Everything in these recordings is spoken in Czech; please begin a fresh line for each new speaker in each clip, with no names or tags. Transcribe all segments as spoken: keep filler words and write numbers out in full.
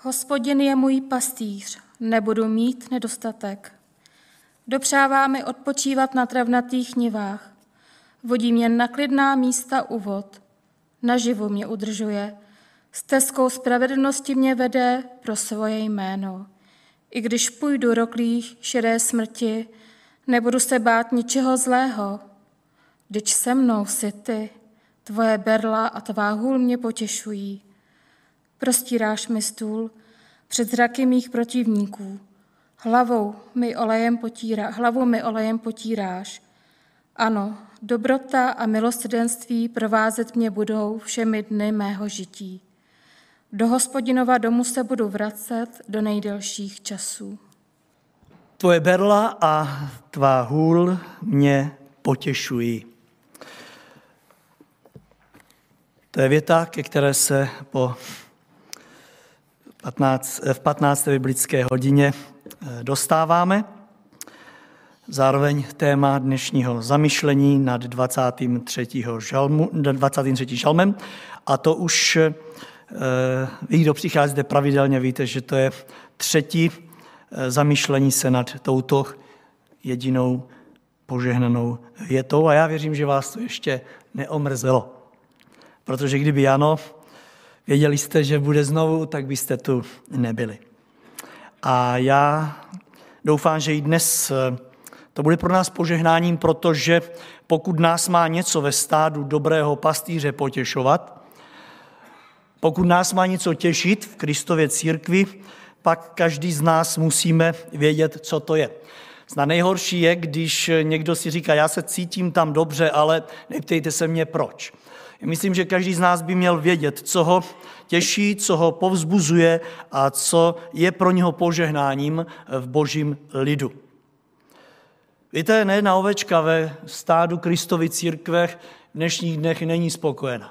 Hospodin je můj pastýř, nebudu mít nedostatek. Dopřává mi odpočívat na travnatých nivách. Vodí mě na klidná místa u vod. Naživu mě udržuje. Stezkou spravedlnosti mě vede pro svoje jméno. I když půjdu roklích šedé smrti, nebudu se bát ničeho zlého. Vždyť se mnou jsi ty, tvoje berla a tvá hůl mě potěšují. Prostíráš mi stůl před zraky mých protivníků. Hlavou mi olejem potírá, hlavu mi olejem potíráš. Ano, dobrota a milosrdenství provázet mě budou všemi dny mého žití. Do Hospodinova domu se budu vracet do nejdelších časů.
Tvoje berla a tvá hůl mě potěšují. To je věta, ke které se po patnáct, v patnácté biblické hodině dostáváme. Zároveň téma dnešního zamyšlení nad dvacátým třetím žalmu, dvacátým třetím žalmem. A to už vy, kdo přicházíte pravidelně, víte, že to je třetí zamyšlení se nad touto jedinou požehnanou větou. A já věřím, že vás to ještě neomrzelo. Protože kdyby ano, věděli jste, že bude znovu, tak byste tu nebyli. A já doufám, že i dnes to bude pro nás požehnáním, protože pokud nás má něco ve stádu dobrého pastýře potěšovat, pokud nás má něco těšit v Kristově církvi, pak každý z nás musíme vědět, co to je. Zná nejhorší je, když někdo si říká, já se cítím tam dobře, ale neptejte se mě proč. Myslím, že každý z nás by měl vědět, co ho těší, co ho povzbuzuje a co je pro něho požehnáním v božím lidu. Víte, nejedna ovečka ve stádu Kristovy církve v dnešních dnech není spokojena.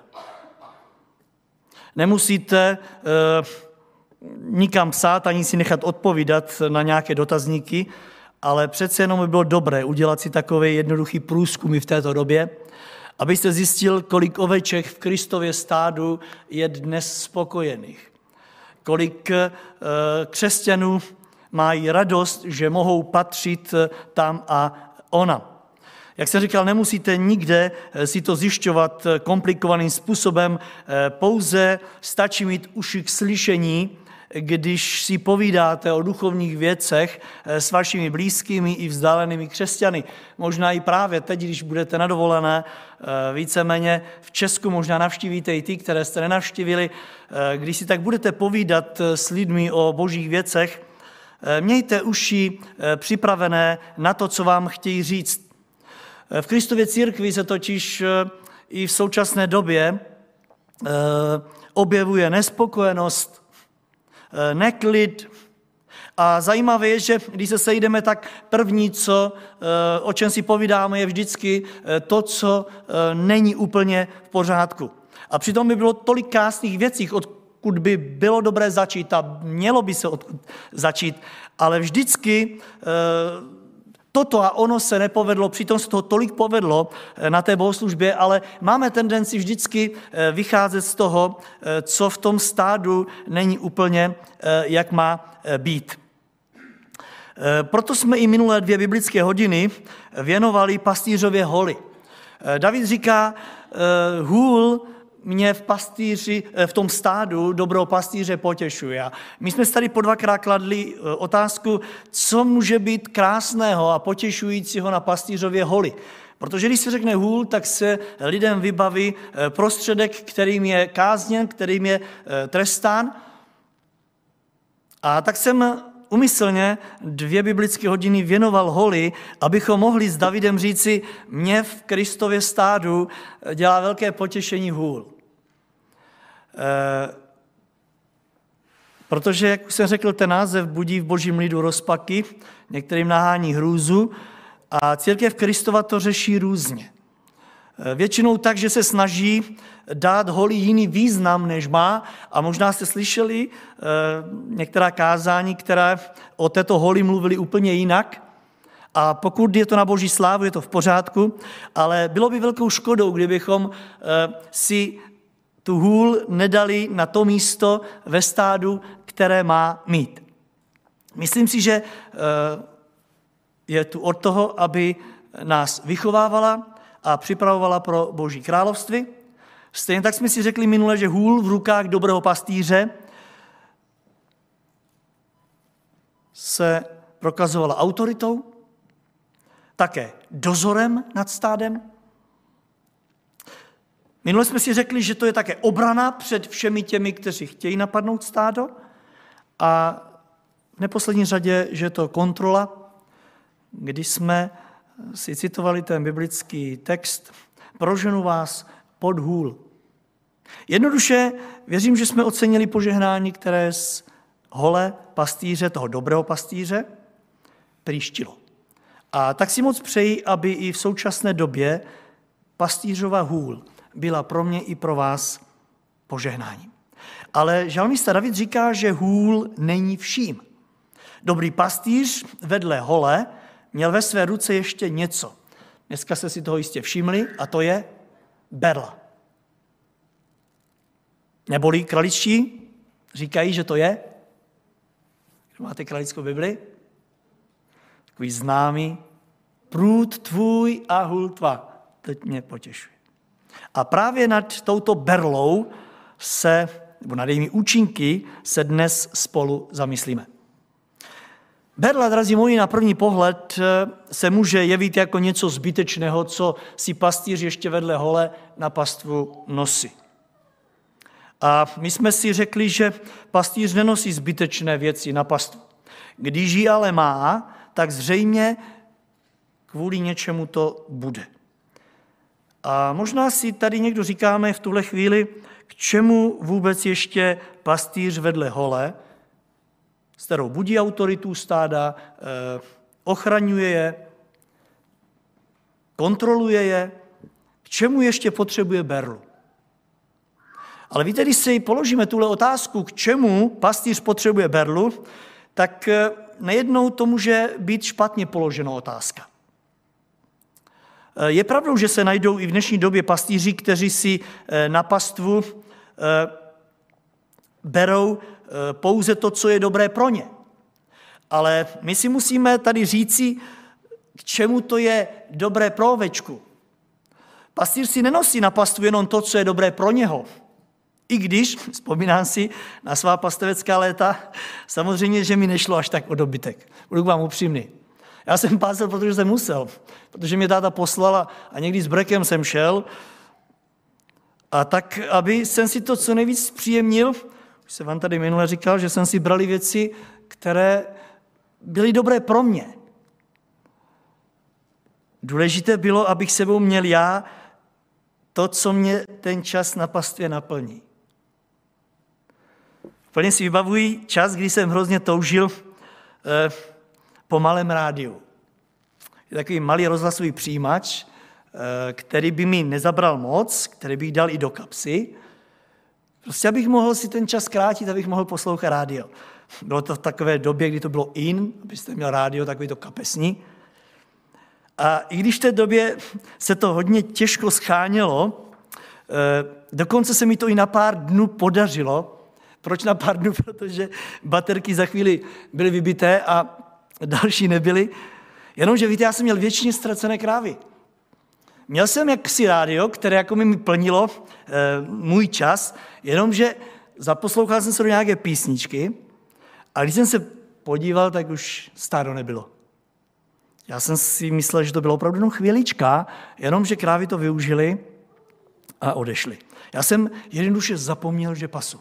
Nemusíte uh, nikam psát, ani si nechat odpovídat na nějaké dotazníky, ale přece jenom by bylo dobré udělat si takový jednoduchý průzkum v této době, abyste zjistil, kolik oveček v Kristově stádu je dnes spokojených. Kolik uh, křesťanů mají radost, že mohou patřit tam a ona. Jak jsem říkal, nemusíte nikde si to zjišťovat komplikovaným způsobem, pouze stačí mít uši k slyšení, když si povídáte o duchovních věcech s vašimi blízkými i vzdálenými křesťany. Možná i právě teď, když budete na dovolené, víceméně v Česku možná navštívíte i ty, které jste nenavštívili. Když si tak budete povídat s lidmi o božích věcech, mějte uši připravené na to, co vám chtějí říct. V Kristově církvi se totiž i v současné době objevuje nespokojenost, neklid. A zajímavé je, že když se sejdeme, tak první, co, o čem si povídáme, je vždycky to, co není úplně v pořádku. A přitom by bylo tolik krásných věcí, odkud by bylo dobré začít a mělo by se odkud začít, ale vždycky toto a ono se nepovedlo, přitom se toho tolik povedlo na té bohoslužbě, ale máme tendenci vždycky vycházet z toho, co v tom stádu není úplně, jak má být. Proto jsme i minulé dvě biblické hodiny věnovali pastýřově holi. David říká, hůl mě v pastýři, v tom stádu dobrou pastýře potěšuje. A my jsme se tady po dvakrát kladli otázku, co může být krásného a potěšujícího na pastýřově holi. Protože když se řekne hůl, tak se lidem vybaví prostředek, kterým je kázněn, kterým je trestán. A tak jsem umyslně dvě biblické hodiny věnoval holi, abychom mohli s Davidem říci, mě v Kristově stádu dělá velké potěšení hůl. E, protože, jak už jsem řekl, ten název budí v božím lidu rozpaky, některým nahání hrůzu a církev Kristova to řeší různě. E, většinou tak, že se snaží dát holi jiný význam, než má. A možná jste slyšeli e, některá kázání, které o této holi mluvili úplně jinak. A pokud je to na boží slávu, je to v pořádku, ale bylo by velkou škodou, kdybychom e, si tu hůl nedali na to místo ve stádu, které má mít. Myslím si, že je tu od toho, aby nás vychovávala a připravovala pro Boží království. Stejně tak jsme si řekli minule, že hůl v rukách dobrého pastýře se prokazovala autoritou, také dozorem nad stádem. Minule jsme si řekli, že to je také obrana před všemi těmi, kteří chtějí napadnout stádo, a v neposlední řadě, že je to kontrola, když jsme si citovali ten biblický text, proženu vás pod hůl. Jednoduše věřím, že jsme ocenili požehnání, které z hole pastýře, toho dobrého pastýře, příštilo. A tak si moc přeji, aby i v současné době pastýřova hůl byla pro mě i pro vás požehnáním. Ale žalmista David říká, že hůl není vším. Dobrý pastýř vedle hole měl ve své ruce ještě něco. Dneska jste si toho jistě všimli, a to je berla. Neboli kraličtí říkají, že to je, máte kralickou Bibli, takový známý, průd tvůj a hůl tvá. Teď mě potěšuje. A právě nad touto berlou se, nebo nad jejími účinky se dnes spolu zamyslíme. Berla, drazí moji, na první pohled se může jevit jako něco zbytečného, co si pastýř ještě vedle hole na pastvu nosí. A my jsme si řekli, že pastýř nenosí zbytečné věci na pastvu. Když ji ale má, tak zřejmě kvůli něčemu to bude. A možná si tady někdo říkáme v tuhle chvíli, k čemu vůbec ještě pastýř vedle hole, s kterou budí autoritu stáda, eh, ochraňuje je, kontroluje je, k čemu ještě potřebuje berlu. Ale víte, když si položíme tuhle otázku, k čemu pastýř potřebuje berlu, tak nejednou to může být špatně položená otázka. Je pravdou, že se najdou i v dnešní době pastýři, kteří si na pastvu berou pouze to, co je dobré pro ně. Ale my si musíme tady říci, k čemu to je dobré pro ovečku. Pastýř si nenosí na pastvu jenom to, co je dobré pro něho. I když, vzpomínám si na svá pastevecká léta, samozřejmě, že mi nešlo až tak o dobytek. Budu k vám upřímný. Já jsem pásel, protože jsem musel, protože mě táta poslala a někdy s brekem jsem šel. A tak, aby jsem si to co nejvíc příjemnil, už jsem vám tady minule říkal, že jsem si brali věci, které byly dobré pro mě. Důležité bylo, abych sebou měl já to, co mě ten čas na pastvě naplní. Plně si vybavuji čas, kdy jsem hrozně toužil eh, po malém rádiu. Je takový malý rozhlasový přijímač, eh, který by mi nezabral moc, který bych dal i do kapsy. Prostě abych mohl si ten čas zkrátit, abych mohl poslouchat rádio. Bylo to v takové době, kdy to bylo in, abyste měl rádio, takový to kapesní. A i když v té době se to hodně těžko schánělo, dokonce se mi to i na pár dnů podařilo. Proč na pár dnů? Protože baterky za chvíli byly vybité a další nebyly. Jenomže víte, já jsem měl věčně ztracené krávy. Měl jsem jaksi rádio, které jako mi plnilo e, můj čas, jenomže zaposlouchal jsem se do nějaké písničky a když jsem se podíval, tak už stádo nebylo. Já jsem si myslel, že to bylo opravdu jenom chvílička, jenomže krávy to využili a odešli. Já jsem jednoduše zapomněl, že pasu.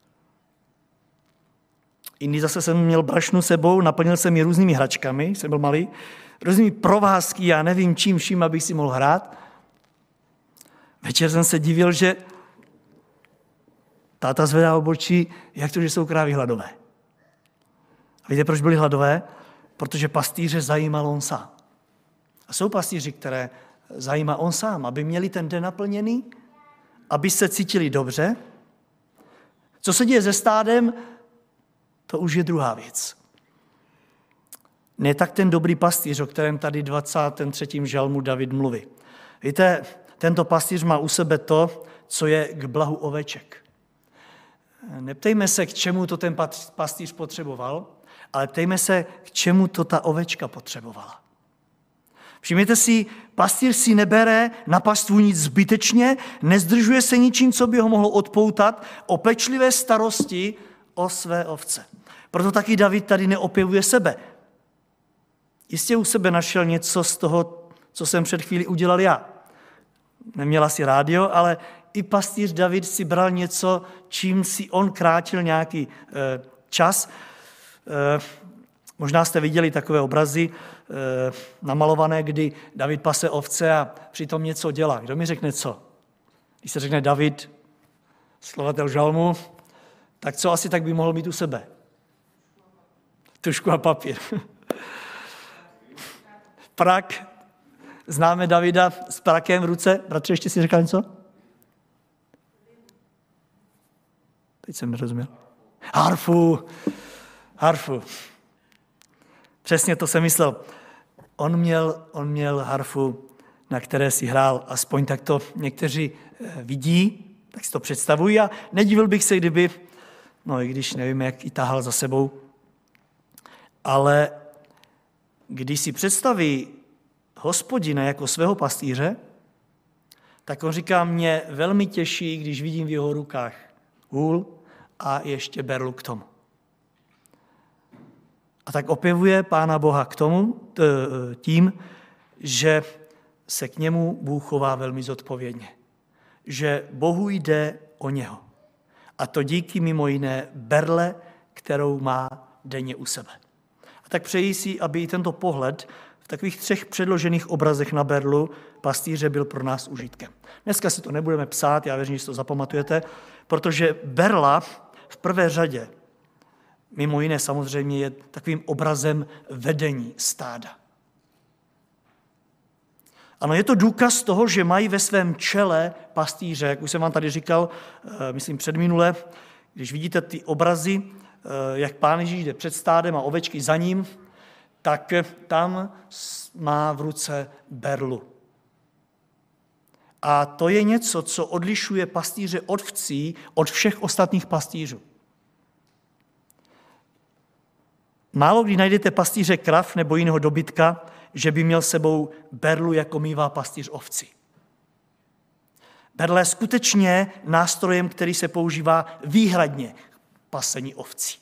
Jindy zase jsem měl brašnu sebou, naplnil jsem ji různými hračkami, jsem byl malý, různými provázky, já nevím čím vším, abych si mohl hrát. Večer jsem se divil, že táta zvedá obočí, jak to, že jsou krávy hladové. A víte, proč byly hladové? Protože pastýře zajímal on sám. A jsou pastýři, které zajímá on sám, aby měli ten den naplněný, aby se cítili dobře. Co se děje se stádem, to už je druhá věc. Ne tak ten dobrý pastýř, o kterém tady dvacátém třetím žalmu David mluví. Víte, tento pastýř má u sebe to, co je k blahu oveček. neptejme se, k čemu to ten pastýř potřeboval, ale ptejme se, k čemu to ta ovečka potřebovala. Všimněte si, pastýř si nebere na pastvu nic zbytečně, nezdržuje se ničím, co by ho mohlo odpoutat, o pečlivé starosti o své ovce. Proto taky David tady neopěvuje sebe. Jistě u sebe našel něco z toho, co jsem před chvílí udělal já. Neměla si rádio, ale i pastýř David si bral něco, čím si on krátil nějaký e, čas. E, možná jste viděli takové obrazy e, namalované, kdy David pase ovce a přitom něco dělá. Kdo mi řekne co? Když se řekne David, slovatel žalmu, tak co asi tak by mohl mít u sebe? Tužku a papír. Prak. Známe Davida s prakem v ruce. Bratře, ještě si řekl něco? Teď jsem nerozuměl. Harfu. Harfu. Přesně to jsem myslel. On měl, on měl harfu, na které si hrál, aspoň tak to někteří vidí, tak si to představují a nedivil bych se, kdyby, no i když nevím, jak ji tahal za sebou, ale když si představí Hospodina jako svého pastýře, tak on říká, mě velmi těší, když vidím v jeho rukách hůl a ještě berlu k tomu. A tak opěvuje Pána Boha k tomu tím, že se k němu Bůh chová velmi zodpovědně. Že Bohu jde o něho. A to díky mimo jiné berle, kterou má denně u sebe. A tak přeji si, aby i tento pohled v takových třech předložených obrazech na berlu pastýře byl pro nás užitkem. Dneska si to nebudeme psát, já věřím, že si to zapamatujete, protože berla v prvé řadě, mimo jiné samozřejmě, je takovým obrazem vedení stáda. Ano, je to důkaz toho, že mají ve svém čele pastýře, jak už jsem vám tady říkal, myslím předminule, když vidíte ty obrazy, jak Pán Ježíš jde před stádem a ovečky za ním, tak tam má v ruce berlu. A to je něco, co odlišuje pastýře od ovcí, od všech ostatních pastýřů. Málo kdy najdete pastýře krav nebo jiného dobytka, že by měl sebou berlu, jako mívá pastýř ovcí. Berle je skutečně nástrojem, který se používá výhradně k pasení ovcí.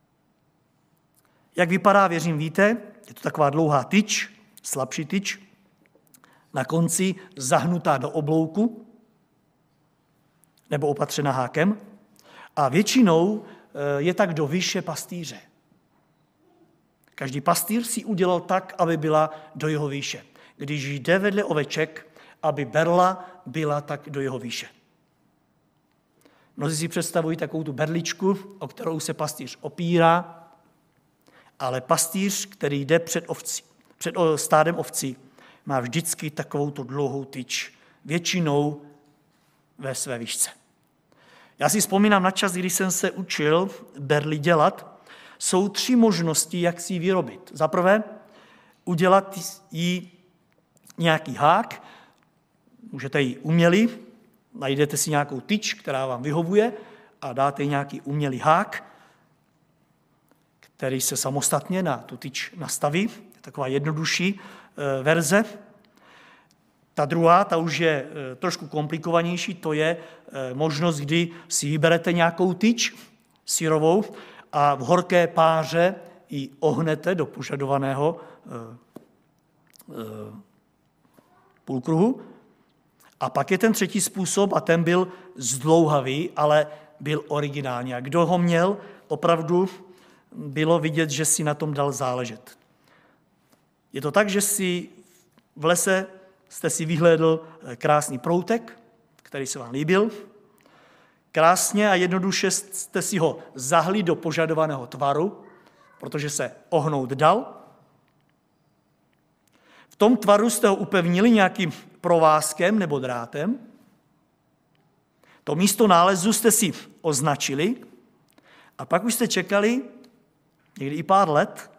Jak vypadá, věřím, víte, je to taková dlouhá tyč, slabší tyč, na konci zahnutá do oblouku nebo opatřená hákem a většinou je tak do výše pastýře. Každý pastýř si udělal tak, aby byla do jeho výše. Když jde vedle oveček, aby berla byla tak do jeho výše. Mnozí si představují takovou tu berličku, o kterou se pastýř opírá, ale pastýř, který jde před, ovcí, před stádem ovcí, má vždycky takovou tu dlouhou tyč, většinou ve své výšce. Já si vzpomínám na čas, kdy jsem se učil berli dělat. Jsou tři možnosti, jak si ji vyrobit. Za prvé, udělat jí nějaký hák, můžete ji uměli, najdete si nějakou tyč, která vám vyhovuje a dáte jí nějaký umělý hák, který se samostatně na tu tyč nastaví. Je taková jednodušší e, verze. Ta druhá, ta už je e, trošku komplikovanější, to je e, možnost, kdy si vyberete nějakou tyč syrovou a v horké páře ji ohnete do požadovaného e, e, půlkruhu. A pak je ten třetí způsob a ten byl zdlouhavý, ale byl originální. A kdo ho měl, opravdu bylo vidět, že si na tom dal záležet. Je to tak, že si v lese jste si vyhlédl krásný proutek, který se vám líbil. Krásně a jednoduše jste si ho zahli do požadovaného tvaru, protože se ohnout dal. V tom tvaru jste ho upevnili nějakým provázkem nebo drátem. To místo nálezu jste si označili a pak už jste čekali někdy i pár let,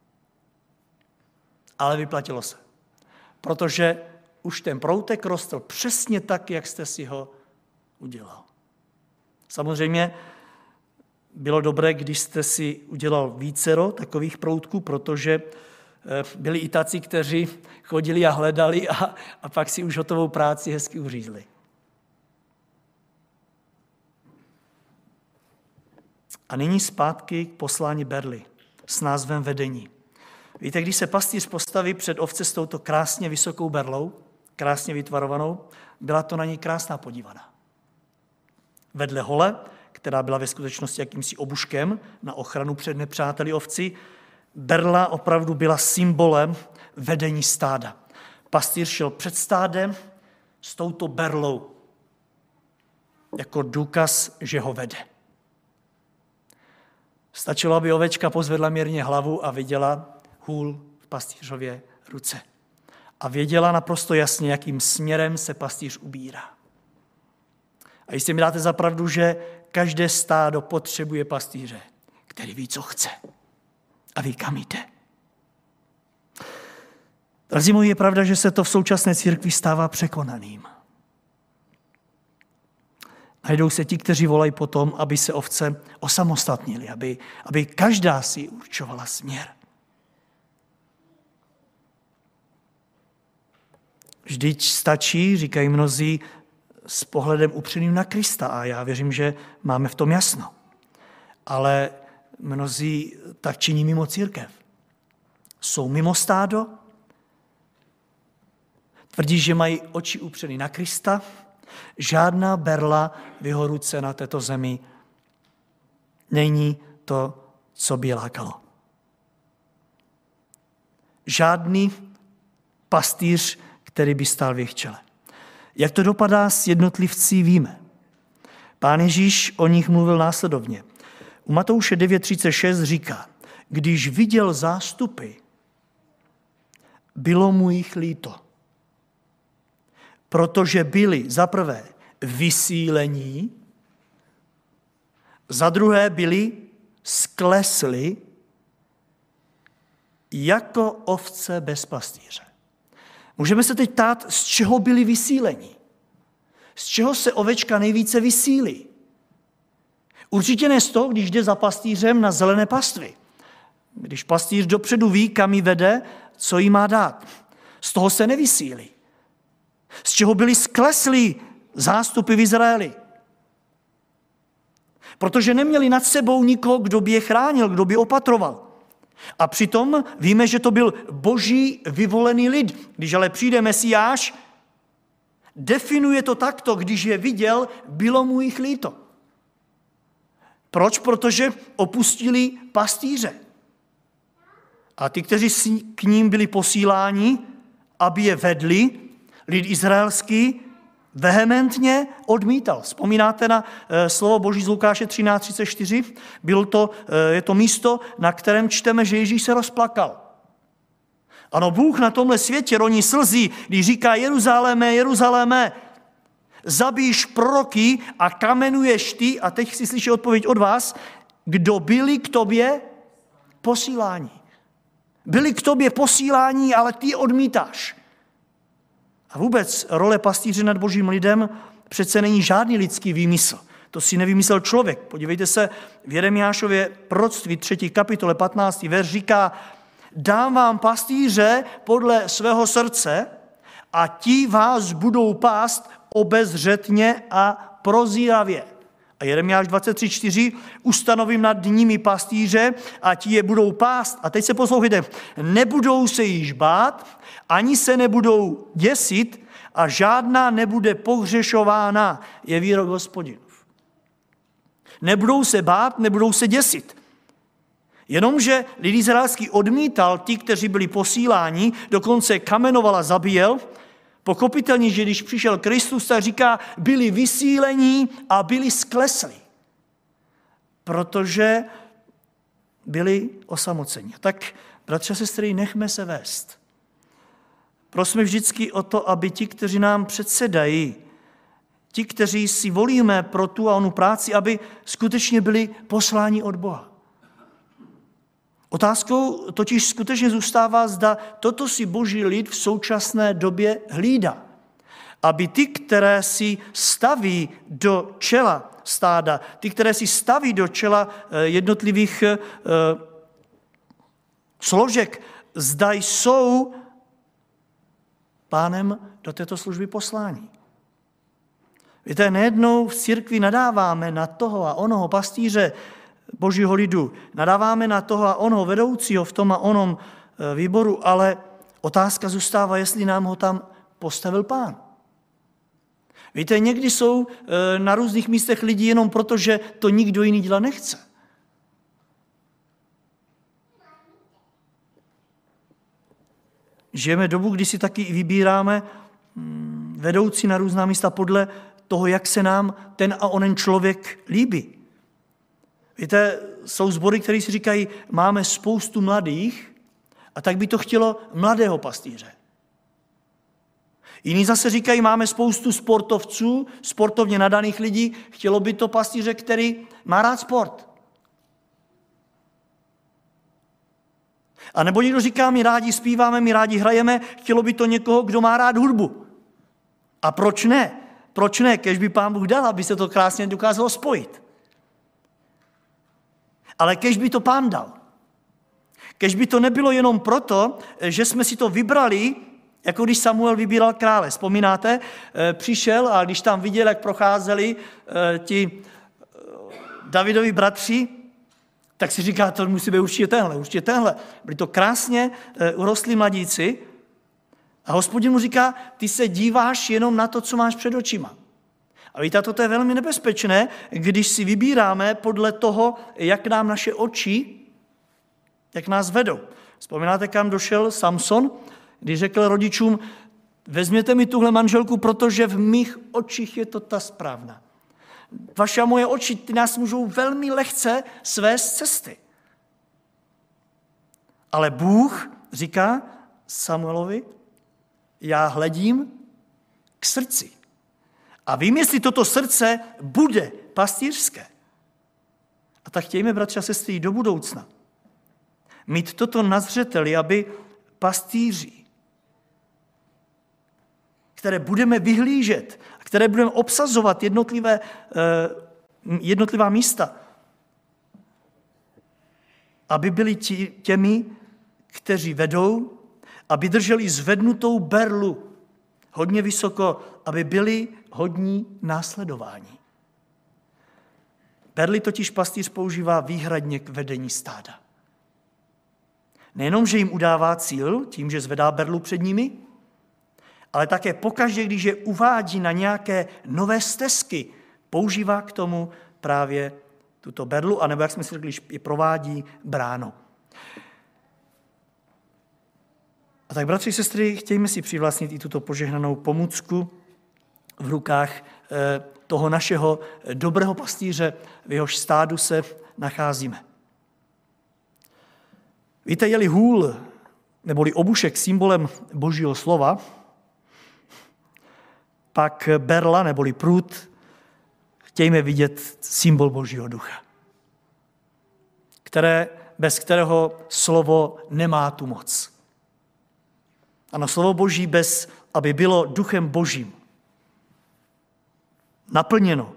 ale vyplatilo se. Protože už ten proutek rostl přesně tak, jak jste si ho udělal. Samozřejmě bylo dobré, když jste si udělal vícero takových proutků, protože byli i tací, kteří chodili a hledali a, a pak si už hotovou práci hezky uřízli. A nyní zpátky k poslání berly s názvem vedení. Víte, když se pastýř postaví před ovce s touto krásně vysokou berlou, krásně vytvarovanou, byla to na něj krásná podívaná. Vedle hole, která byla ve skutečnosti jakýmsi obuškem na ochranu před nepřáteli ovci, berla opravdu byla symbolem vedení stáda. Pastýř šel před stádem s touto berlou jako důkaz, že ho vede. Stačilo, aby ovečka pozvedla mírně hlavu a viděla hůl v pastýřově ruce. A věděla naprosto jasně, jakým směrem se pastýř ubírá. A jistě mi dáte za pravdu, že každé stádo potřebuje pastýře, který ví, co chce a ví, kam jde. Drazí moji, je pravda, že se to v současné církvi stává překonaným. Najdou se ti, kteří volají potom, aby se ovce osamostatnili, aby, aby každá si určovala směr. Vždyť stačí, říkají mnozí, s pohledem upřeným na Krista a já věřím, že máme v tom jasno. Ale mnozí tak činí mimo církev. Jsou mimo stádo, tvrdí, že mají oči upřeny na Krista, žádná berla v jeho ruce na této zemi není to, co by je lákalo. Žádný pastýř, který by stál v jejich čele. Jak to dopadá s jednotlivci, víme. Pán Ježíš o nich mluvil následovně. U Matouše devět třicet šest říká, když viděl zástupy, bylo mu jich líto, protože byli za prvé vysílení, za druhé byli sklesli jako ovce bez pastýře. Můžeme se teď ptát, z čeho byli vysíleni? Z čeho se ovečka nejvíce vysílí? Určitě ne z toho, když jde za pastýřem na zelené pastvy. Když pastýř dopředu ví, kam ji vede, co jí má dát. Z toho se nevysílí. Z čeho byli skleslí zástupy v Izraeli? Protože neměli nad sebou nikoho, kdo by je chránil, kdo by opatroval. A přitom víme, že to byl boží vyvolený lid. Když ale přijde Mesiáš, definuje to takto, když je viděl, bylo mu jich líto. Proč? Protože opustili pastýře. A ty, kteří k ním byli posíláni, aby je vedli, lid izraelský vehementně odmítal. Vzpomínáte na e, slovo Boží z Lukáše třináct třicet čtyři? Bylo to, e, je to místo, na kterém čteme, že Ježíš se rozplakal. Ano, Bůh na tomhle světě roní slzy, když říká Jeruzaléme, Jeruzaléme, zabíš proroky a kamenuješ ty, a teď chci slyšet odpověď od vás, kdo byli k tobě posílání. Byli k tobě posílání, ale ty odmítáš. A vůbec role pastýře nad božím lidem přece není žádný lidský výmysl. To si nevymyslel člověk. Podívejte se, v Jeremiášově proroctví třetí kapitole patnáctý verš říká, dám vám pastýře podle svého srdce a ti vás budou pást obezřetně a prozíravě. A Jeremiáš dvacet tři čtyři, ustanovím nad nimi pastýře a ti je budou pást. A teď se poslouchejte, nebudou se již bát, ani se nebudou děsit a žádná nebude pohřešována, je výrok Hospodinův. Nebudou se bát, nebudou se děsit. Jenomže lid izraelský odmítal ti, kteří byli posíláni, dokonce kamenoval a zabíjel. Pochopitelně, že když přišel Kristus, tak říká, byli vysílení a byli sklesli. Protože byli osamoceni. Tak, bratři a sestry, nechme se vést. Prosme vždycky o to, aby ti, kteří nám předsedají, ti, kteří si volíme pro tu a onu práci, aby skutečně byli posláni od Boha. Otázkou totiž skutečně zůstává, zda toto si boží lid v současné době hlídá. aby ty, které si staví do čela stáda, ty, které si staví do čela jednotlivých složek, zda jsou Pánem do této služby poslání. Víte, nejednou v církvi nadáváme na toho a onoho pastýře Božího lidu, nadáváme na toho a onoho vedoucího v tom a onom výboru, ale otázka zůstává, jestli nám ho tam postavil Pán. Víte, někdy jsou na různých místech lidi jenom proto, že to nikdo jiný dělat nechce. Žijeme dobu, kdy si taky vybíráme vedoucí na různá místa podle toho, jak se nám ten a onen člověk líbí. Víte, jsou sbory, které si říkají, máme spoustu mladých a tak by to chtělo mladého pastýře. Jiní zase říkají, máme spoustu sportovců, sportovně nadaných lidí, chtělo by to pastýře, který má rád sport. A nebo někdo říká, my rádi zpíváme, my rádi hrajeme, chtělo by to někoho, kdo má rád hudbu. A proč ne? Proč ne? Kéž by Pán Bůh dal, aby se to krásně dokázalo spojit. Ale kéž by to Pán dal. Kéž by to nebylo jenom proto, že jsme si to vybrali, jako když Samuel vybíral krále. Vzpomínáte? Přišel a když tam viděl, jak procházeli ti Davidovi bratři, tak si říká, to musí být určitě tenhle, určitě tenhle. Byli to krásně urostlí mladíci a Hospodin mu říká, ty se díváš jenom na to, co máš před očima. A víte, toto je velmi nebezpečné, když si vybíráme podle toho, jak nám naše oči, jak nás vedou. Vzpomínáte, kam došel Samson, když řekl rodičům, vezměte mi tuhle manželku, protože v mých očích je to ta správná. Vaše a moje oči, ty nás můžou velmi lehce svést z cesty. Ale Bůh říká Samuelovi, já hledím k srdci. A vím, jestli toto srdce bude pastýřské. A tak chtějme, bratři a sestry, do budoucna mít toto na zřeteli, aby pastýři, které budeme vyhlížet, které budeme obsazovat jednotlivé, jednotlivá místa, aby byli tí, těmi, kteří vedou, aby drželi zvednutou berlu hodně vysoko, aby byli hodní následování. Berly totiž pastýř používá výhradně k vedení stáda. Nejenom, že jim udává cíl tím, že zvedá berlu před nimi, ale také pokaždé, když je uvádí na nějaké nové stezky, používá k tomu právě tuto berlu, anebo, jak jsme si řekli, je provádí bráno. A tak, bratři a sestry, chtějme si přivlastnit i tuto požehnanou pomůcku v rukách toho našeho dobrého pastýře, v jehož stádu se nacházíme. Víte, je-li hůl, neboli obušek symbolem Božího slova, pak berla, neboli prut, chtějme vidět symbol Božího ducha, které, bez kterého slovo nemá tu moc. Ano, slovo Boží, bez, aby bylo duchem Božím naplněno.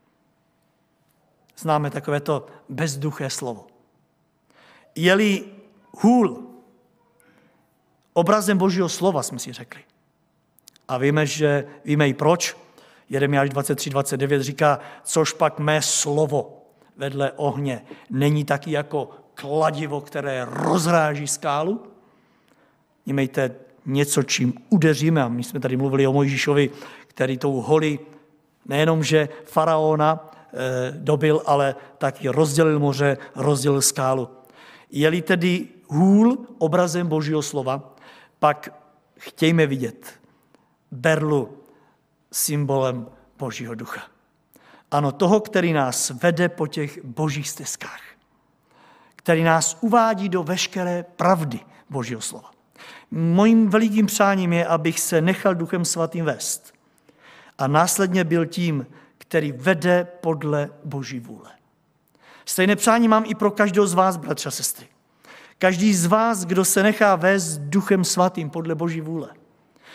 Známe takovéto bezduché slovo. Je-li hůl obrazem Božího slova, jsme si řekli. A víme, že víme i proč. Jeremiáš dvacet tři dvacet devět říká, což pak mé slovo vedle ohně není taky jako kladivo, které rozráží skálu. Mějte něco, čím udeříme. A my jsme tady mluvili o Mojžíšovi, který tou holi nejenom, že faraona e, dobil, ale taky rozdělil moře, rozdělil skálu. Je-li tedy hůl obrazem Božího slova, pak chtějme vidět berlu symbolem Božího ducha. Ano, toho, který nás vede po těch božích stezkách, který nás uvádí do veškeré pravdy Božího slova. Mojím velikým přáním je, abych se nechal Duchem Svatým vést a následně byl tím, který vede podle Boží vůle. Stejné přání mám i pro každého z vás, bratři a sestry. Každý z vás, kdo se nechá vést Duchem Svatým podle Boží vůle,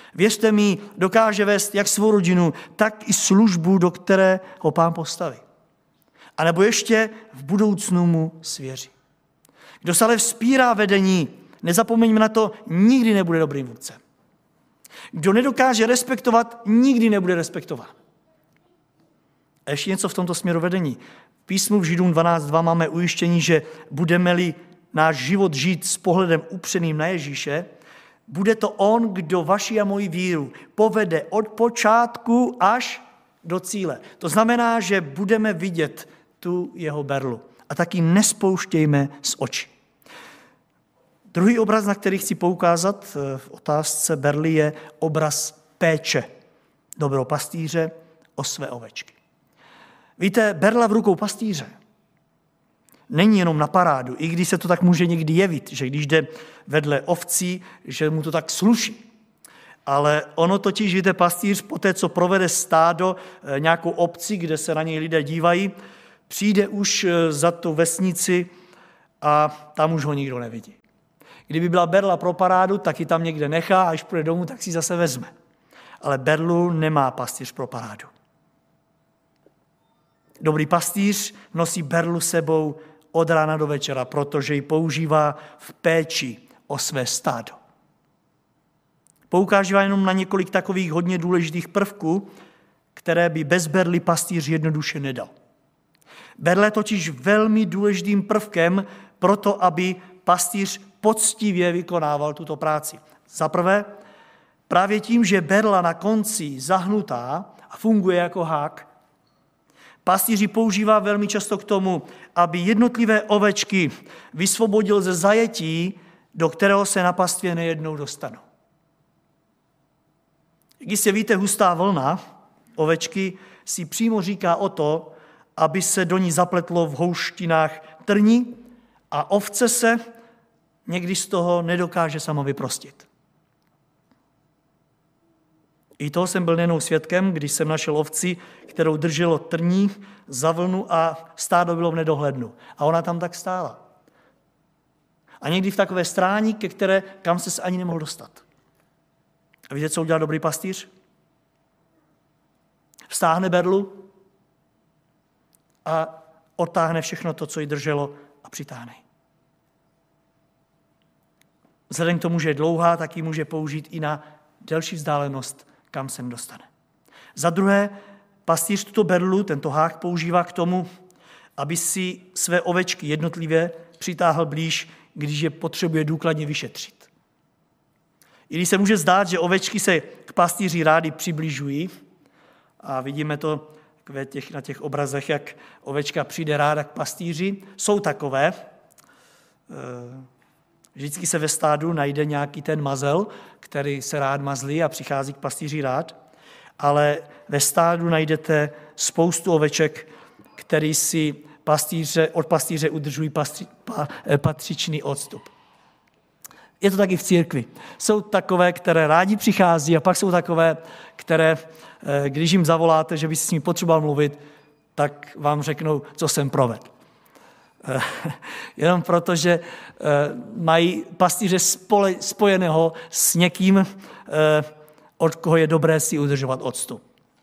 Věřte mi, dokáže vést jak svou rodinu, tak i službu, do které ho Pán postaví. A nebo ještě v budoucnu mu svěří. Kdo se ale vzpírá vedení, nezapomeňme na to, nikdy nebude dobrým vůdcem. Kdo nedokáže respektovat, nikdy nebude respektován. A ještě něco v tomto směru vedení. V písmu v Židům dvanáct dva máme ujištění, že budeme-li náš život žít s pohledem upřeným na Ježíše, bude to on, kdo vaši a moji víru povede od počátku až do cíle. To znamená, že budeme vidět tu jeho berlu. A taky nespouštějme z očí. Druhý obraz, na který chci poukázat v otázce berly, je obraz péče dobrého pastýře o své ovečky. Víte, berla v rukou pastýře není jenom na parádu, i když se to tak může někdy jevit, že když jde vedle ovcí, že mu to tak sluší. Ale ono totiž, víte, pastýř po té, co provede stádo nějakou obci, kde se na něj lidé dívají, přijde už za tu vesnici a tam už ho nikdo nevidí. Kdyby byla berla pro parádu, tak ji tam někde nechá a až půjde domů, tak si zase vezme. Ale berlu nemá pastýř pro parádu. Dobrý pastýř nosí berlu sebou od rána do večera, protože ji používá v péči o své stádo. Poukážívá jenom na několik takových hodně důležitých prvků, které by bez berly pastýř jednoduše nedal. Berle je totiž velmi důležitým prvkem pro to, aby pastýř poctivě vykonával tuto práci. Za prvé, právě tím, že berla na konci zahnutá a funguje jako hák, pastýř ji používá velmi často k tomu, aby jednotlivé ovečky vysvobodil ze zajetí, do kterého se na pastvě nejednou dostanou. Jak jistě víte, hustá vlna ovečky si přímo říká o to, aby se do ní zapletlo v houštinách trní a ovce se někdy z toho nedokáže sama vyprostit. I toho jsem byl nejenom svědkem, když jsem našel ovci, kterou drželo trní za vlnu a stádo bylo v nedohlednu. A ona tam tak stála. A někdy v takové stráni, ke které, kam se ani nemohl dostat. A víte, co udělal dobrý pastýř? Vstáhne berlu a odtáhne všechno to, co jí drželo, a přitáhne. Vzhledem k tomu, že je dlouhá, tak ji může použít i na delší vzdálenost, kam se dostane. Za druhé, pastýř tuto berlu, tento hák, používá k tomu, aby si své ovečky jednotlivě přitáhl blíž, když je potřebuje důkladně vyšetřit. I když se může zdát, že ovečky se k pastýři rády přibližují, a vidíme to těch, na těch obrazech, jak ovečka přijde ráda k pastýři, jsou takové. Vždycky se ve stádu najde nějaký ten mazel, který se rád mazlí a přichází k pastýři rád, ale ve stádu najdete spoustu oveček, který si pastýře, od pastýře udržují pastři, pa, patřičný odstup. Je to taky v církvi. Jsou takové, které rádi přichází, a pak jsou takové, které, když jim zavoláte, že by si s nimi potřeboval mluvit, tak vám řeknou, co jsem provedl. Jenom proto, že mají pastýře spole, spojeného s někým, od koho je dobré si udržovat odstup.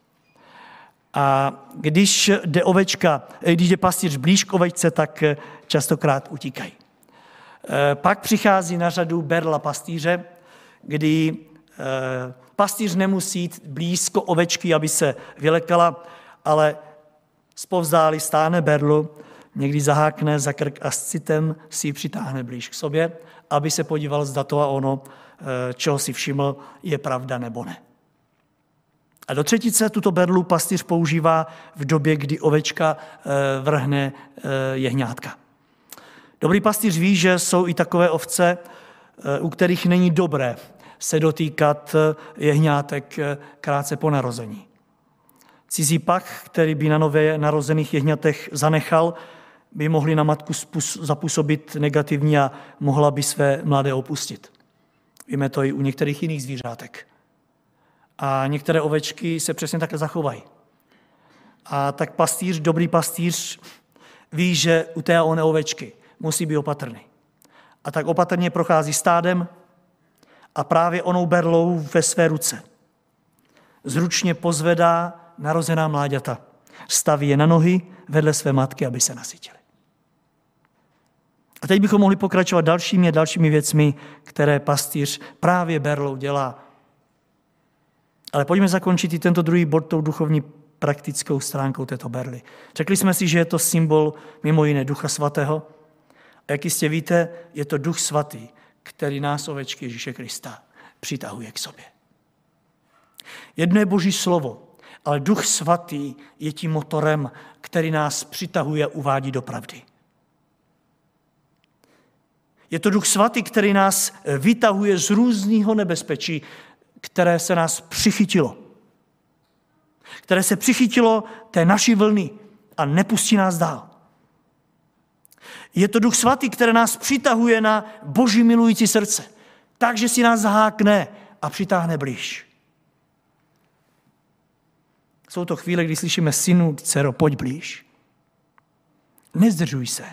A když jde ovečka, když jde pastýř blíž k ovečce, tak častokrát utíkají. Pak přichází na řadu berla pastýře, kdy pastýř nemusí jít blízko ovečky, aby se vylekala, ale zpovzdálí stáhne berlu, někdy zahákne za krk a s citem si ji přitáhne blíž k sobě, aby se podíval, zda to a ono, čeho si všiml, je pravda nebo ne. A do třetice tuto berlu pastýř používá v době, kdy ovečka vrhne jehňátka. Dobrý pastýř ví, že jsou i takové ovce, u kterých není dobré se dotýkat jehňátek krátce po narození. Cizí pach, který by na nově narozených jehňatech zanechal, by mohli na matku zapůsobit negativně a mohla by své mladé opustit. Víme to i u některých jiných zvířátek. A některé ovečky se přesně takhle zachovají. A tak pastýř, dobrý pastýř, ví, že u té a oné ovečky musí být opatrný. A tak opatrně prochází stádem a právě onou berlou ve své ruce zručně pozvedá narozená mláďata. Staví je na nohy vedle své matky, aby se nasytili. A teď bychom mohli pokračovat dalšími a dalšími věcmi, které pastýř právě berlou dělá. Ale pojďme zakončit i tento druhý bod tou duchovní praktickou stránkou této berly. Řekli jsme si, že je to symbol mimo jiné Ducha Svatého. A jak jistě víte, je to Duch Svatý, který nás, ovečky Ježíše Krista, přitahuje k sobě. Jedno je Boží slovo, ale Duch Svatý je tím motorem, který nás přitahuje a uvádí do pravdy. Je to Duch Svatý, který nás vytahuje z různého nebezpečí, které se nás přichytilo. Které se přichytilo té naší vlny a nepustí nás dál. Je to Duch Svatý, který nás přitahuje na Boží milující srdce, takže si nás zahákne a přitáhne blíž. Jsou to chvíle, kdy slyšíme: synu, dcero, pojď blíž. Nezdržuj se.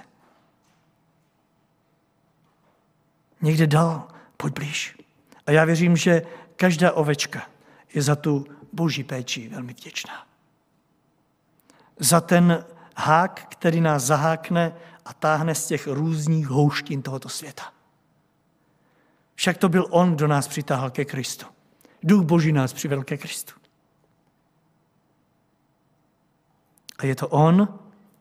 Někde dál, pojď blíž. A já věřím, že každá ovečka je za tu Boží péči velmi vděčná. Za ten hák, který nás zahákne a táhne z těch různých houštin tohoto světa. Však to byl on, kdo nás přitáhl ke Kristu. Duch Boží nás přivedl ke Kristu. A je to on,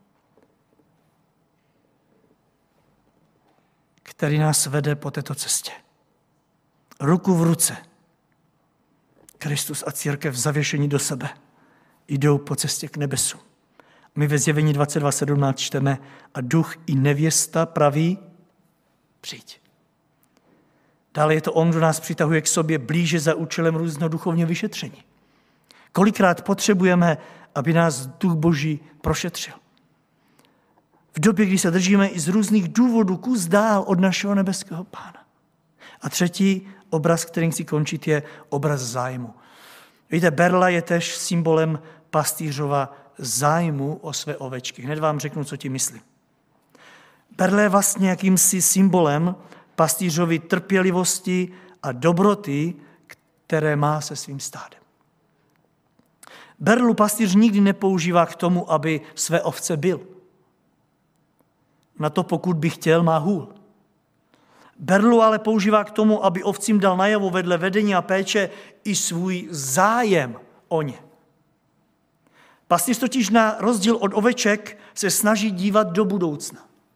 který nás vede po této cestě. Ruku v ruce. Kristus a církev zavěšení do sebe jdou po cestě k nebesu. My ve Zjevení dvacet dva sedmnáct čteme: a duch i nevěsta praví: přijď. Dále je to on, kdo nás přitahuje k sobě blíže za účelem různého duchovního vyšetření. Kolikrát potřebujeme, aby nás Duch Boží prošetřil. V době, kdy se držíme i z různých důvodů kus dál od našeho nebeského Pána. A třetí obraz, kterým chci končit, je obraz zájmu. Víte, berla je též symbolem pastýřova zájmu o své ovečky. Hned vám řeknu, co tím myslím. Berle je vlastně jakýmsi symbolem pastýřovy trpělivosti a dobroty, které má se svým stádem. Berlu pastýř nikdy nepoužívá k tomu, aby své ovce bil. Na to, pokud by chtěl, má hůl. Berlu ale používá k tomu, aby ovcím dal najevo vedle vedení a péče i svůj zájem o ně. Pastýř totiž na rozdíl od oveček se snaží dívat do budoucna.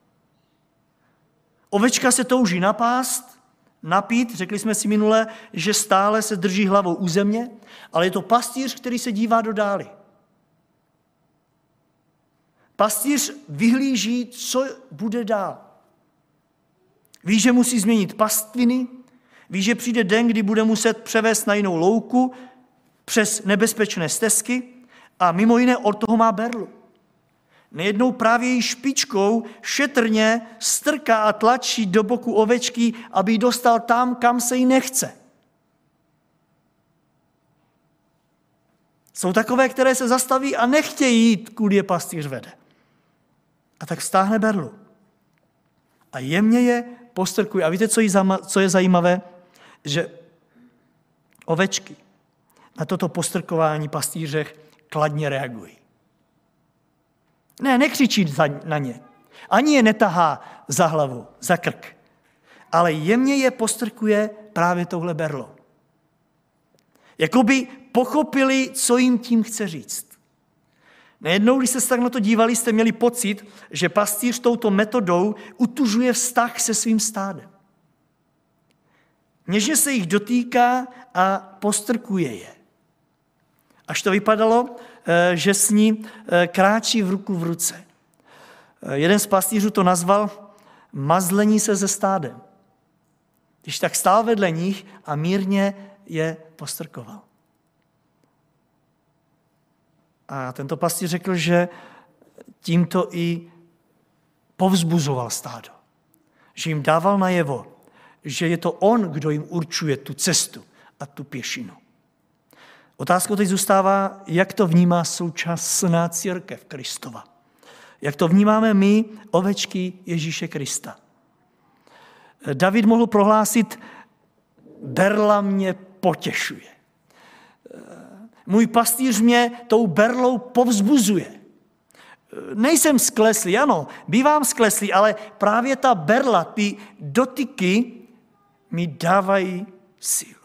Ovečka se touží napást, napít, řekli jsme si minule, že stále se drží hlavou u země, ale je to pastýř, který se dívá do dály. Pastýř vyhlíží, co bude dál. Ví, že musí změnit pastviny, ví, že přijde den, kdy bude muset převést na jinou louku přes nebezpečné stezky a mimo jiné od toho má berlu. Nejednou právě její špičkou šetrně strká a tlačí do boku ovečky, aby ji dostal tam, kam se jí nechce. Jsou takové, které se zastaví a nechtějí jít, kudy je pastýř vede. A tak vztáhne berlu. A jemně je postrkuje. A víte, co je zajímavé? Že ovečky na toto postrkování pastýře kladně reagují. Ne, nekřičí na ně. Ani je netahá za hlavu, za krk. Ale jemně je postrkuje právě touhle berlou. Jakoby pochopili, co jim tím chce říct. Nejednou, když se tak na to dívali, jste měli pocit, že pastýř touto metodou utužuje vztah se svým stádem. Něžně se jich dotýká a postrkuje je. Až to vypadalo, že s ní kráčí v ruku v ruce. Jeden z pastýřů to nazval mazlení se ze stádem. Když tak stál vedle nich a mírně je postrkoval. A tento pastýř řekl, že tímto i povzbuzoval stádo. Že jim dával najevo, že je to on, kdo jim určuje tu cestu a tu pěšinu. Otázkou teď zůstává, jak to vnímá současná církev Kristova. Jak to vnímáme my, ovečky Ježíše Krista. David mohl prohlásit, berla mě potěšuje. Můj pastýř mě tou berlou povzbuzuje. Nejsem skleslý, ano, bývám skleslý, ale právě ta berla, ty dotyky mi dávají sílu.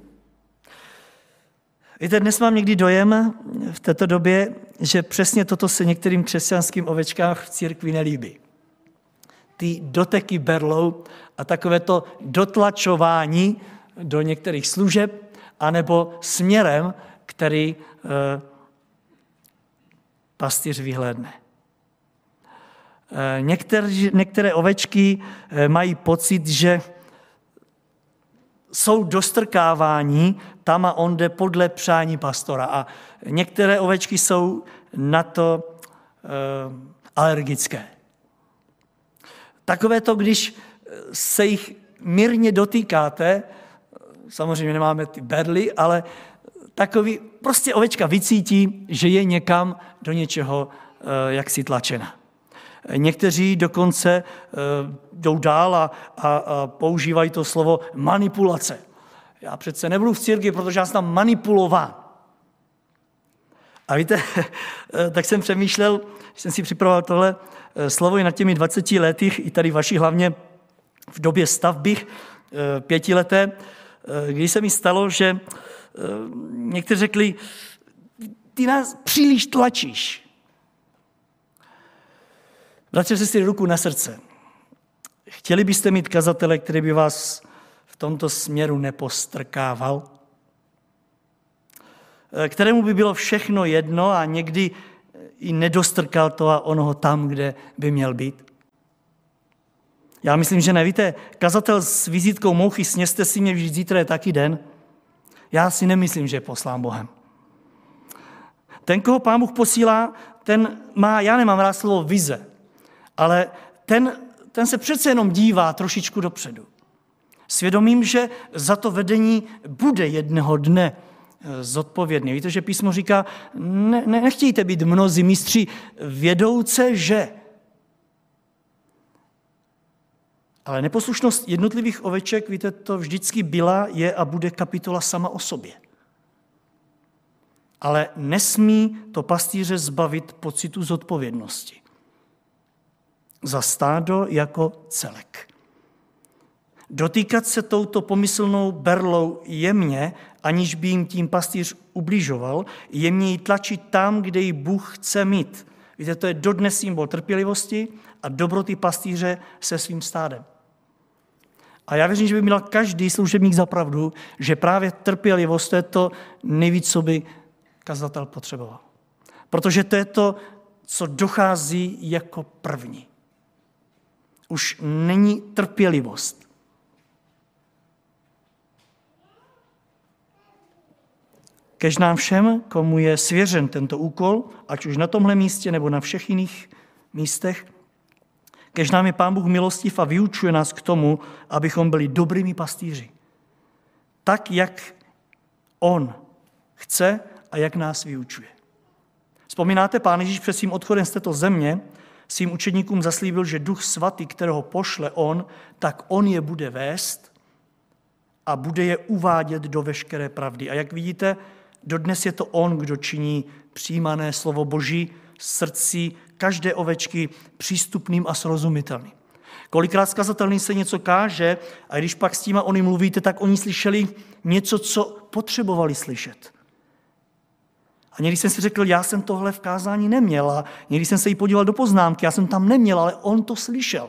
Víte, dnes mám někdy dojem v této době, že přesně toto se některým křesťanským ovečkám v církvi nelíbí. Ty doteky berlou a takové to dotlačování do některých služeb anebo směrem, který eh, pastýř vyhlédne. Eh, některé, některé ovečky eh, mají pocit, že jsou dostrkáváni tam a onde podle přání pastora. A některé ovečky jsou na to eh, alergické. Takové to, když se jich mírně dotýkáte, samozřejmě nemáme ty berly, ale takový, prostě ovečka vycítí, že je někam do něčeho jaksi tlačena. Někteří dokonce jdou dál a, a, a používají to slovo manipulace. Já přece nebudu v církvi, protože já jsem tam manipulován. A víte, tak jsem přemýšlel, jsem si připravoval tohle slovo i nad těmi dvaceti lety, i tady vaši hlavně v době stavby pětileté, kdy se mi stalo, že někteří řekli, ty nás příliš tlačíš. Bratře, sestry, ruku na srdce. Chtěli byste mít kazatele, který by vás v tomto směru nepostrkával? Kterému by bylo všechno jedno a někdy i nedostrkal to a onoho tam, kde by měl být? Já myslím, že ne. Víte, kazatel s vizitkou mouchy, sněste si mě, vždyť zítra je taky den. Já si nemyslím, že je poslán Bohem. Ten, koho Pán Bůh posílá, ten má, já nemám rád slovo vize, ale ten, ten se přece jenom dívá trošičku dopředu. Svědomím, že za to vedení bude jednoho dne zodpovědný. Víte, že písmo říká, ne, ne, nechtějte být mnozí mistři, vědouce, že. Ale neposlušnost jednotlivých oveček, víte, to vždycky byla, je a bude kapitola sama o sobě. Ale nesmí to pastýře zbavit pocitu zodpovědnosti za stádo jako celek. Dotýkat se touto pomyslnou berlou jemně, aniž by jim tím pastýř ubližoval, jemně ji tlačit tam, kde ji Bůh chce mít. Víte, to je dodnes symbol trpělivosti a dobroty pastýře se svým stádem. A já věřím, že by měl každý služebník za pravdu, že právě trpělivost to je to nejvíc, co by kazatel potřeboval. Protože to je to, co dochází jako první. Už není trpělivost. Kež nám všem, komu je svěřen tento úkol, ať už na tomhle místě nebo na všech jiných místech, kež nám je Pán Bůh milostiv a vyučuje nás k tomu, abychom byli dobrými pastýři. Tak, jak On chce a jak nás vyučuje. Vzpomínáte, Pán Ježíš před svým odchodem z této země svým učedníkům zaslíbil, že Duch Svatý, kterého pošle On, tak On je bude vést a bude je uvádět do veškeré pravdy. A jak vidíte, dodnes je to On, kdo činí přijímané slovo Boží srdci každé ovečky přístupným a srozumitelným. Kolikrát zkazatelný se něco káže a když pak s těma oni mluvíte, tak oni slyšeli něco, co potřebovali slyšet. A někdy jsem si řekl, já jsem tohle v kázání neměl a někdy jsem se jí podíval do poznámky, já jsem tam neměl, ale on to slyšel.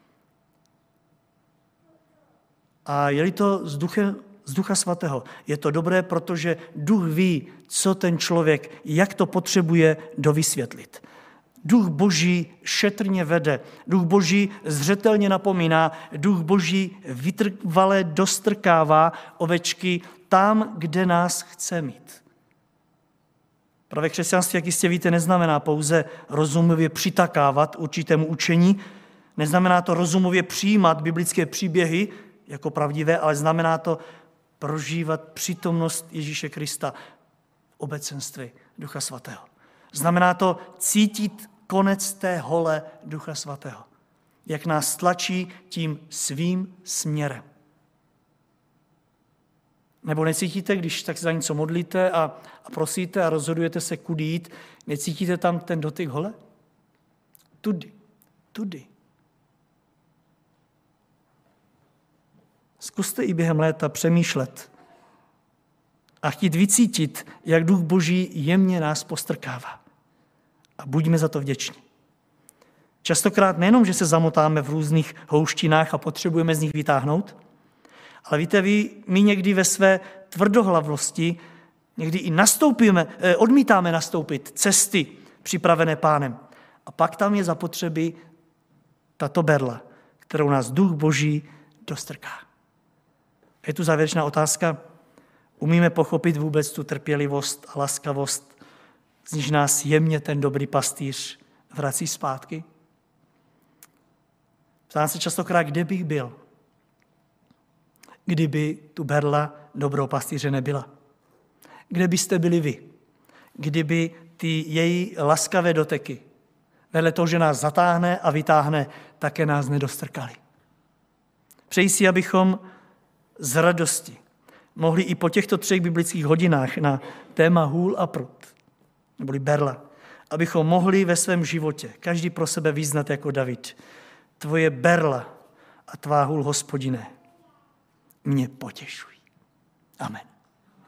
A je-li to z ducha, z ducha svatého, je to dobré, protože duch ví, co ten člověk, jak to potřebuje dovysvětlit. Duch Boží šetrně vede, duch Boží zřetelně napomíná, duch Boží vytrvale dostrkává ovečky tam, kde nás chce mít. Pravé křesťanství, jak jistě víte, neznamená pouze rozumově přitakávat určitému učení, neznamená to rozumově přijímat biblické příběhy jako pravdivé, ale znamená to prožívat přítomnost Ježíše Krista v obecenství Ducha Svatého. Znamená to cítit konec té hole Ducha Svatého, jak nás tlačí tím svým směrem. Nebo necítíte, když tak se za něco modlíte a, a prosíte a rozhodujete se, kudy jít, necítíte tam ten dotyk hole? Tudy, tudy. Zkuste i během léta přemýšlet a chtít vycítit, jak Duch Boží jemně nás postrkává. A buďme za to vděční. Častokrát nejenom, že se zamotáme v různých houštinách a potřebujeme z nich vytáhnout, ale víte, vy, my někdy ve své tvrdohlavnosti někdy i nastoupíme, odmítáme nastoupit cesty připravené Pánem. A pak tam je zapotřebí tato berla, kterou nás Duch Boží dostrká. Je tu závěrečná otázka. Umíme pochopit vůbec tu trpělivost a laskavost, z níž nás jemně ten dobrý pastýř vrací zpátky? Ptám se častokrát, kde bych byl, kdyby tu berla dobrou pastýře nebyla. Kde byste byli vy, kdyby ty její laskavé doteky, vedle toho, že nás zatáhne a vytáhne, také nás nedostrkali. Přeji si, abychom z radosti mohli i po těchto třech biblických hodinách na téma hůl a prut, neboli berla, abychom mohli ve svém životě každý pro sebe vyznat jako David: tvoje berla a tvá hůl, Hospodine, mě potěšují. Amen.